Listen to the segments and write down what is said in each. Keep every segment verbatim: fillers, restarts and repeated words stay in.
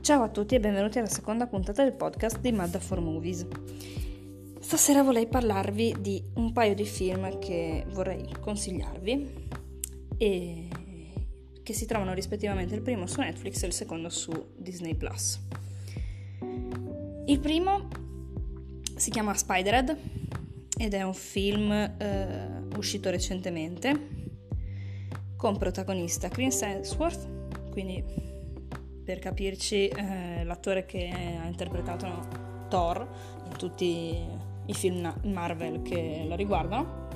Ciao a tutti e benvenuti alla seconda puntata del podcast di Madda for Movies. Stasera vorrei parlarvi di un paio di film che vorrei consigliarvi e che si trovano rispettivamente il primo su Netflix e il secondo su Disney Plus. Il primo si chiama Spiderhead ed è un film eh, uscito recentemente con protagonista Chris Hemsworth, quindi per capirci eh, l'attore che ha interpretato Thor in tutti i film Marvel che lo riguardano,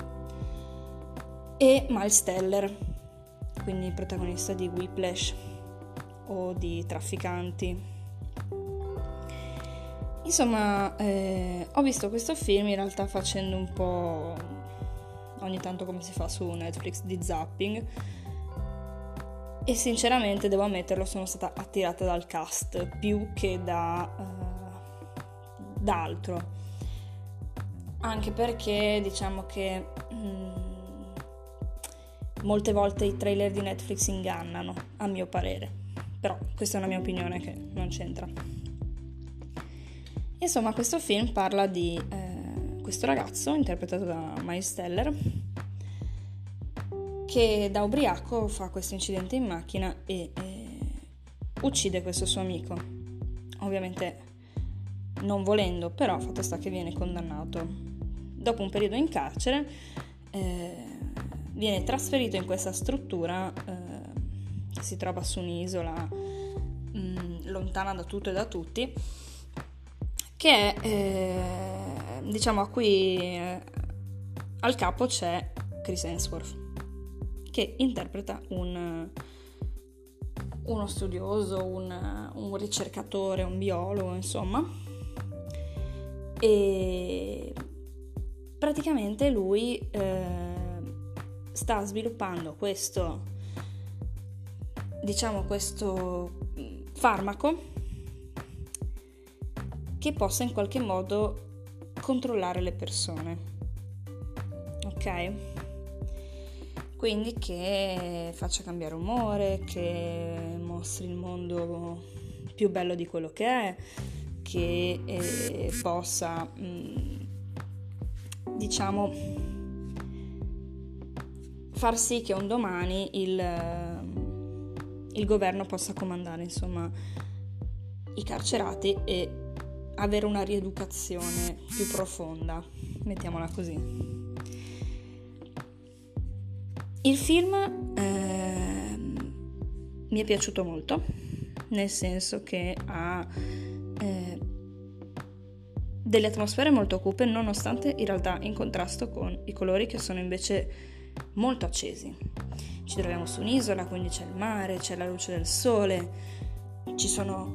e Miles Teller, quindi protagonista di Whiplash o di Trafficanti. Insomma, eh, ho visto questo film in realtà facendo un po' ogni tanto come si fa su Netflix di zapping, e sinceramente devo ammetterlo, sono stata attirata dal cast più che da, uh, da altro, anche perché diciamo che mm, molte volte i trailer di Netflix ingannano, a mio parere, però questa è una mia opinione che non c'entra. Insomma, questo film parla di eh, questo ragazzo interpretato da Miles Teller che da ubriaco fa questo incidente in macchina e eh, uccide questo suo amico, ovviamente non volendo, però fatto sta che viene condannato. Dopo un periodo in carcere eh, viene trasferito in questa struttura eh, che si trova su un'isola mh, lontana da tutto e da tutti, che è eh, diciamo a cui eh, al capo c'è Chris Hemsworth, che interpreta un, uno studioso, un, un ricercatore, un biologo, insomma. E praticamente lui eh, sta sviluppando questo, diciamo, questo farmaco che possa in qualche modo controllare le persone. Ok? Quindi che faccia cambiare umore, che mostri il mondo più bello di quello che è, che eh, possa, mh, diciamo, far sì che un domani il, il governo possa comandare, insomma, i carcerati e avere una rieducazione più profonda, mettiamola così. Il film eh, mi è piaciuto molto, nel senso che ha eh, delle atmosfere molto cupe, nonostante in realtà in contrasto con i colori che sono invece molto accesi. Ci troviamo su un'isola, quindi c'è il mare, c'è la luce del sole, ci sono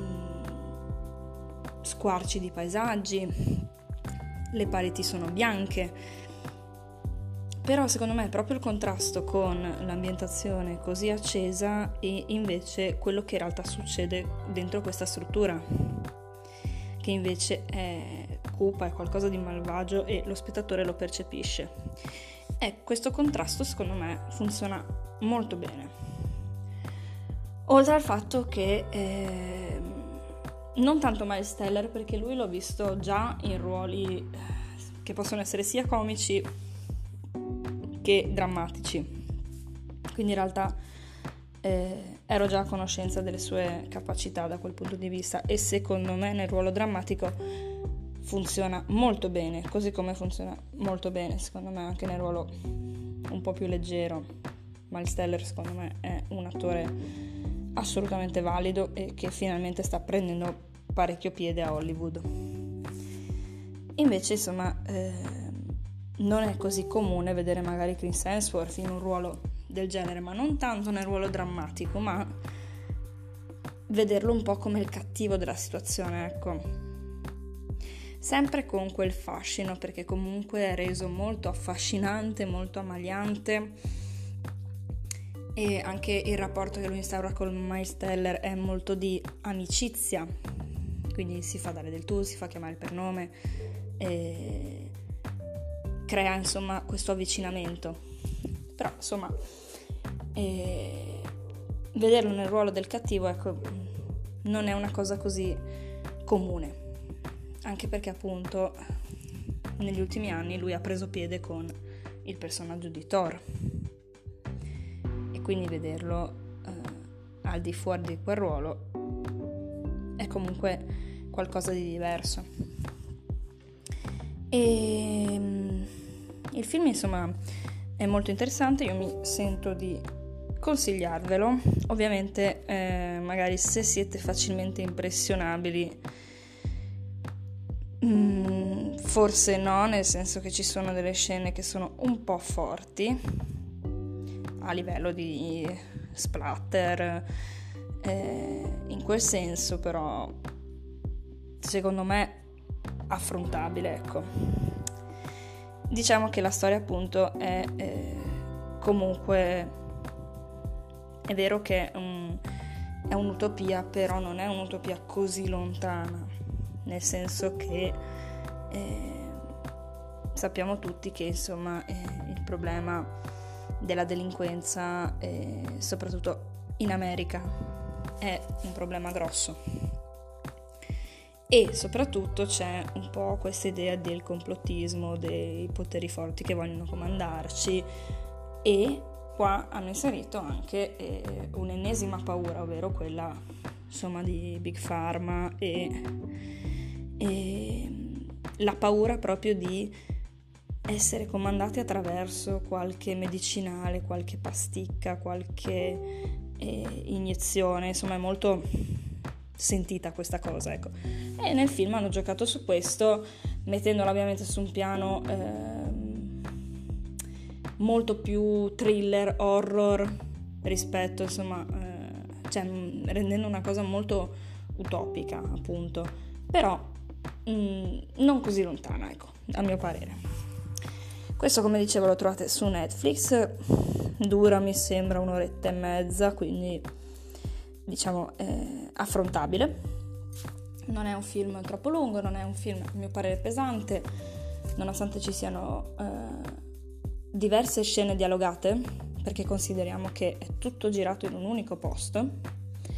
mm, squarci di paesaggi, le pareti sono bianche. Però secondo me è proprio il contrasto con l'ambientazione così accesa e invece quello che in realtà succede dentro questa struttura, che invece è cupa, è qualcosa di malvagio e lo spettatore lo percepisce. E questo contrasto secondo me funziona molto bene. Oltre al fatto che eh, non tanto Miles Teller, perché lui l'ho visto già in ruoli che possono essere sia comici che drammatici, quindi in realtà eh, ero già a conoscenza delle sue capacità da quel punto di vista, e secondo me nel ruolo drammatico funziona molto bene, così come funziona molto bene secondo me anche nel ruolo un po' più leggero. Miles Teller secondo me è un attore assolutamente valido e che finalmente sta prendendo parecchio piede a Hollywood. Invece insomma eh, non è così comune vedere magari Chris Hemsworth in un ruolo del genere, ma non tanto nel ruolo drammatico, ma vederlo un po' come il cattivo della situazione, ecco. Sempre con quel fascino, perché comunque è reso molto affascinante, molto ammaliante, e anche il rapporto che lui instaura con Miles Teller è molto di amicizia, quindi si fa dare del tu, si fa chiamare per nome e crea insomma questo avvicinamento. Però insomma eh, vederlo nel ruolo del cattivo, ecco, non è una cosa così comune, anche perché appunto negli ultimi anni lui ha preso piede con il personaggio di Thor e quindi vederlo eh, al di fuori di quel ruolo è comunque qualcosa di diverso. E il film insomma è molto interessante, io mi sento di consigliarvelo. Ovviamente eh, magari se siete facilmente impressionabili mh, forse no, nel senso che ci sono delle scene che sono un po' forti a livello di splatter, eh, in quel senso, però secondo me affrontabile, ecco. Diciamo che la storia appunto è eh, comunque è vero che è, un, è un'utopia, però non è un'utopia così lontana, nel senso che eh, sappiamo tutti che insomma eh, il problema della delinquenza, eh, soprattutto in America, è un problema grosso. E soprattutto c'è un po' questa idea del complottismo, dei poteri forti che vogliono comandarci, e qua hanno inserito anche eh, un'ennesima paura, ovvero quella insomma di Big Pharma e, e la paura proprio di essere comandati attraverso qualche medicinale, qualche pasticca, qualche eh, iniezione, insomma è molto sentita questa cosa, ecco. E nel film hanno giocato su questo, mettendola ovviamente su un piano ehm, molto più thriller, horror rispetto, insomma, eh, cioè rendendo una cosa molto utopica, appunto, però mh, non così lontana, ecco, a mio parere. Questo, come dicevo, lo trovate su Netflix, dura mi sembra un'oretta e mezza, quindi diciamo eh, affrontabile. Non è un film troppo lungo, non è un film a mio parere pesante, nonostante ci siano eh, diverse scene dialogate, perché consideriamo che è tutto girato in un unico posto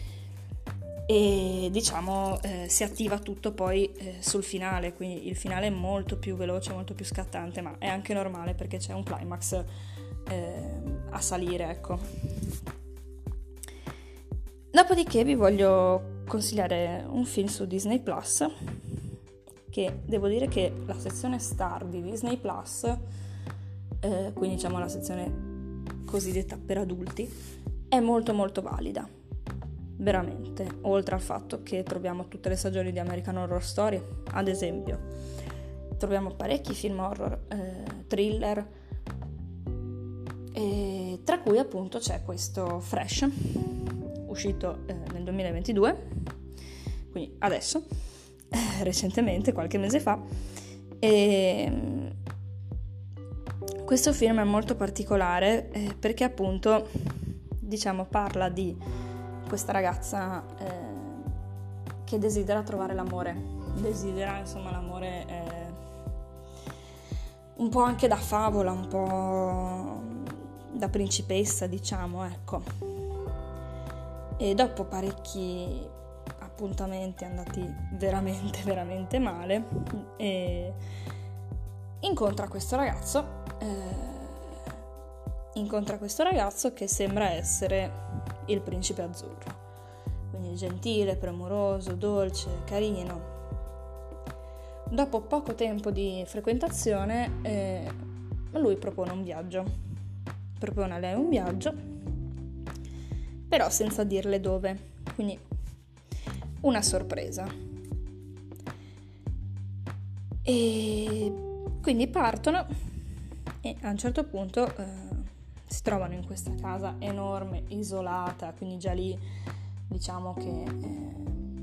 e diciamo eh, si attiva tutto poi eh, sul finale, quindi il finale è molto più veloce, molto più scattante, ma è anche normale perché c'è un climax eh, a salire, ecco. Dopodiché vi voglio consigliare un film su Disney Plus, che devo dire che la sezione Star di Disney Plus, eh, quindi diciamo la sezione cosiddetta per adulti, è molto molto valida, veramente, oltre al fatto che troviamo tutte le stagioni di American Horror Story, ad esempio, troviamo parecchi film horror, eh, thriller, e tra cui appunto c'è questo Fresh, uscito eh, nel duemilaventidue, quindi adesso, eh, recentemente, qualche mese fa, e questo film è molto particolare eh, perché appunto, diciamo, parla di questa ragazza eh, che desidera trovare l'amore, desidera insomma l'amore eh, un po' anche da favola, un po' da principessa, diciamo, ecco. E dopo parecchi appuntamenti andati veramente veramente male, e incontra questo ragazzo eh, incontra questo ragazzo che sembra essere il principe azzurro, quindi gentile, premuroso, dolce, carino. Dopo poco tempo di frequentazione eh, lui propone un viaggio propone a lei un viaggio, però senza dirle dove, quindi una sorpresa. E quindi partono e a un certo punto eh, si trovano in questa casa enorme, isolata, quindi già lì diciamo che eh,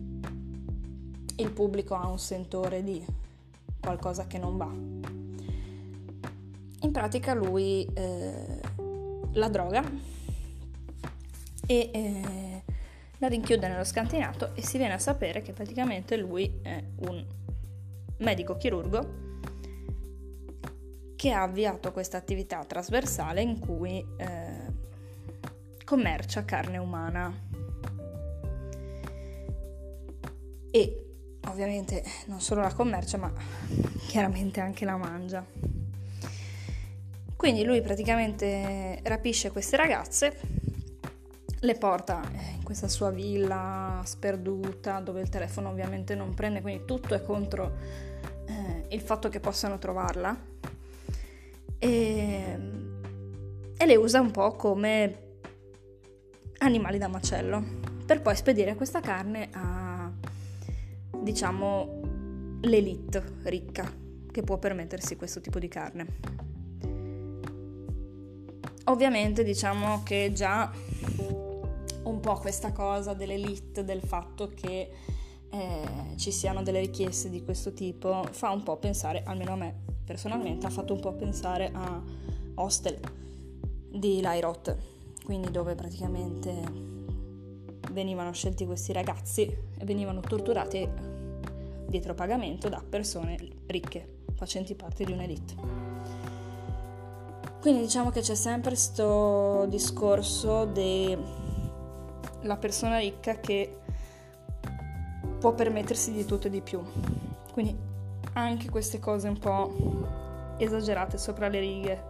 il pubblico ha un sentore di qualcosa che non va. In pratica lui eh, la droga e eh, la rinchiude nello scantinato, e si viene a sapere che praticamente lui è un medico chirurgo che ha avviato questa attività trasversale in cui eh, commercia carne umana. e ovviamente non solo la commercia, ma chiaramente anche la mangia. Quindi lui praticamente rapisce queste ragazze, le porta in questa sua villa sperduta dove il telefono ovviamente non prende, quindi tutto è contro eh, il fatto che possano trovarla, e, e le usa un po' come animali da macello per poi spedire questa carne a, diciamo, l'elite ricca che può permettersi questo tipo di carne. Ovviamente diciamo che già un po' questa cosa dell'elite, del fatto che eh, ci siano delle richieste di questo tipo, fa un po' pensare, almeno a me personalmente, ha fatto un po' pensare a Hostel di Eli Roth, quindi dove praticamente venivano scelti questi ragazzi e venivano torturati dietro pagamento da persone ricche, facenti parte di un'elite. Quindi diciamo che c'è sempre questo discorso della persona ricca che può permettersi di tutto e di più. Quindi anche queste cose un po' esagerate, sopra le righe.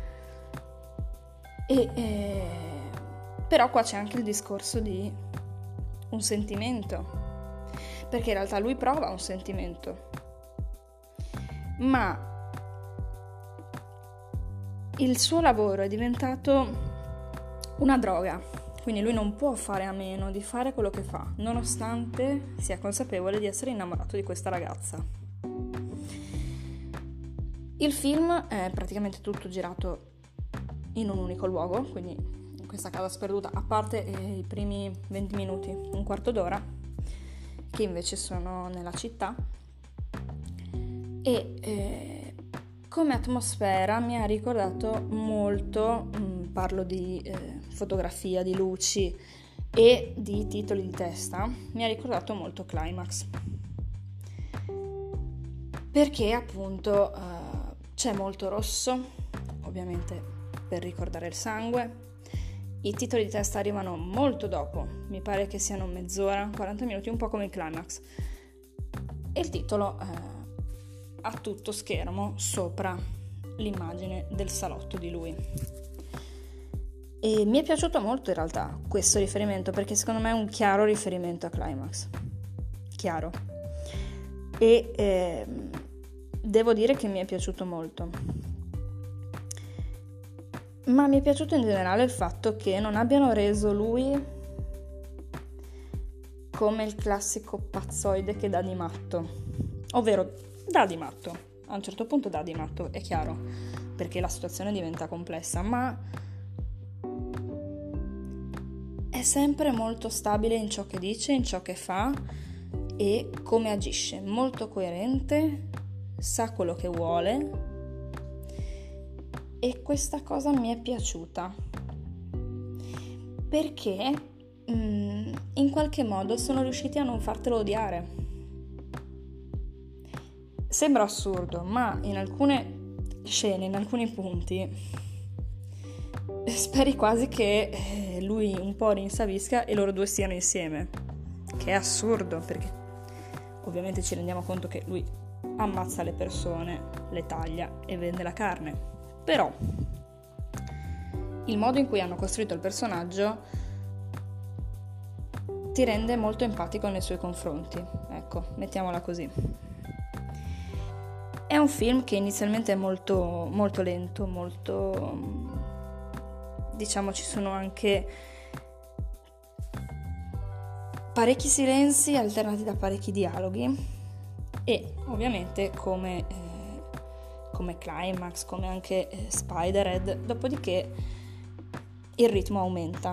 E, eh, però qua c'è anche il discorso di un sentimento, perché in realtà lui prova un sentimento, ma il suo lavoro è diventato una droga, quindi lui non può fare a meno di fare quello che fa, nonostante sia consapevole di essere innamorato di questa ragazza. Il film è praticamente tutto girato in un unico luogo, quindi in questa casa sperduta, a parte i primi venti minuti, un quarto d'ora, che invece sono nella città. E eh, come atmosfera mi ha ricordato molto, mh, parlo di eh, fotografia, di luci e di titoli di testa, mi ha ricordato molto Climax, perché appunto eh, c'è molto rosso, ovviamente per ricordare il sangue. I titoli di testa arrivano molto dopo, mi pare che siano mezz'ora, quaranta minuti, un po' come il Climax, e il titolo eh, a tutto schermo sopra l'immagine del salotto di lui. E mi è piaciuto molto in realtà questo riferimento, perché secondo me è un chiaro riferimento a Climax, chiaro, e eh, devo dire che mi è piaciuto molto, ma mi è piaciuto in generale il fatto che non abbiano reso lui come il classico pazzoide che dà di matto, ovvero dà di matto, a un certo punto dà di matto, è chiaro, perché la situazione diventa complessa, ma è sempre molto stabile in ciò che dice, in ciò che fa e come agisce, molto coerente, sa quello che vuole, e questa cosa mi è piaciuta, perché mh, in qualche modo sono riusciti a non fartelo odiare. Sembra assurdo, ma in alcune scene, in alcuni punti, speri quasi che lui un po' rinsavisca e loro due stiano insieme, che è assurdo, perché ovviamente ci rendiamo conto che lui ammazza le persone, le taglia e vende la carne. Però il modo in cui hanno costruito il personaggio ti rende molto empatico nei suoi confronti, ecco, mettiamola così. È un film che inizialmente è molto, molto lento, molto, diciamo, ci sono anche parecchi silenzi alternati da parecchi dialoghi, e ovviamente come, eh, come Climax, come anche eh, Spiderhead, dopodiché il ritmo aumenta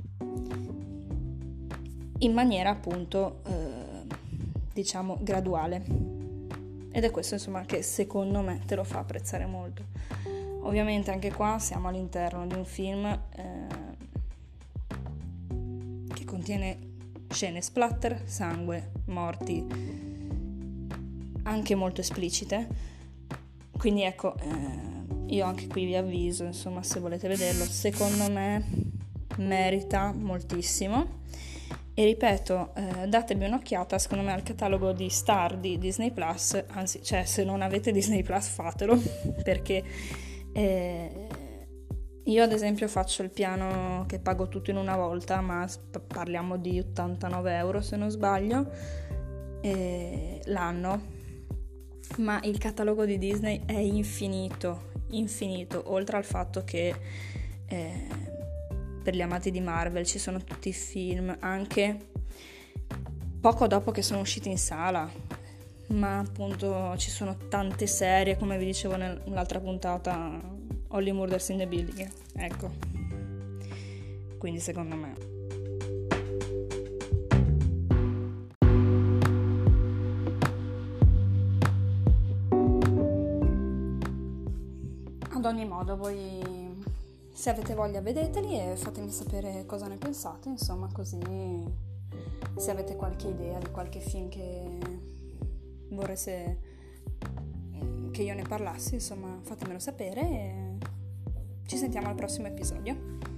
in maniera appunto eh, diciamo graduale. Ed è questo insomma che secondo me te lo fa apprezzare molto. Ovviamente anche qua siamo all'interno di un film eh, che contiene scene splatter, sangue, morti, anche molto esplicite. Quindi ecco, eh, io anche qui vi avviso, insomma, se volete vederlo, secondo me merita moltissimo. E ripeto, eh, datevi un'occhiata, secondo me, al catalogo di Star di Disney Plus, anzi, cioè, se non avete Disney Plus fatelo, perché eh, io ad esempio faccio il piano che pago tutto in una volta, ma parliamo di ottantanove euro se non sbaglio, eh, l'anno, ma il catalogo di Disney è infinito, infinito, oltre al fatto che eh, per gli amanti di Marvel ci sono tutti i film, anche poco dopo che sono usciti in sala, ma appunto ci sono tante serie, come vi dicevo nell'altra puntata, Only Murders in the Building, ecco, quindi secondo me ad ogni modo voi, se avete voglia, vedeteli e fatemi sapere cosa ne pensate, insomma, così se avete qualche idea di qualche film che vorreste che io ne parlassi, insomma, fatemelo sapere e ci sentiamo al prossimo episodio.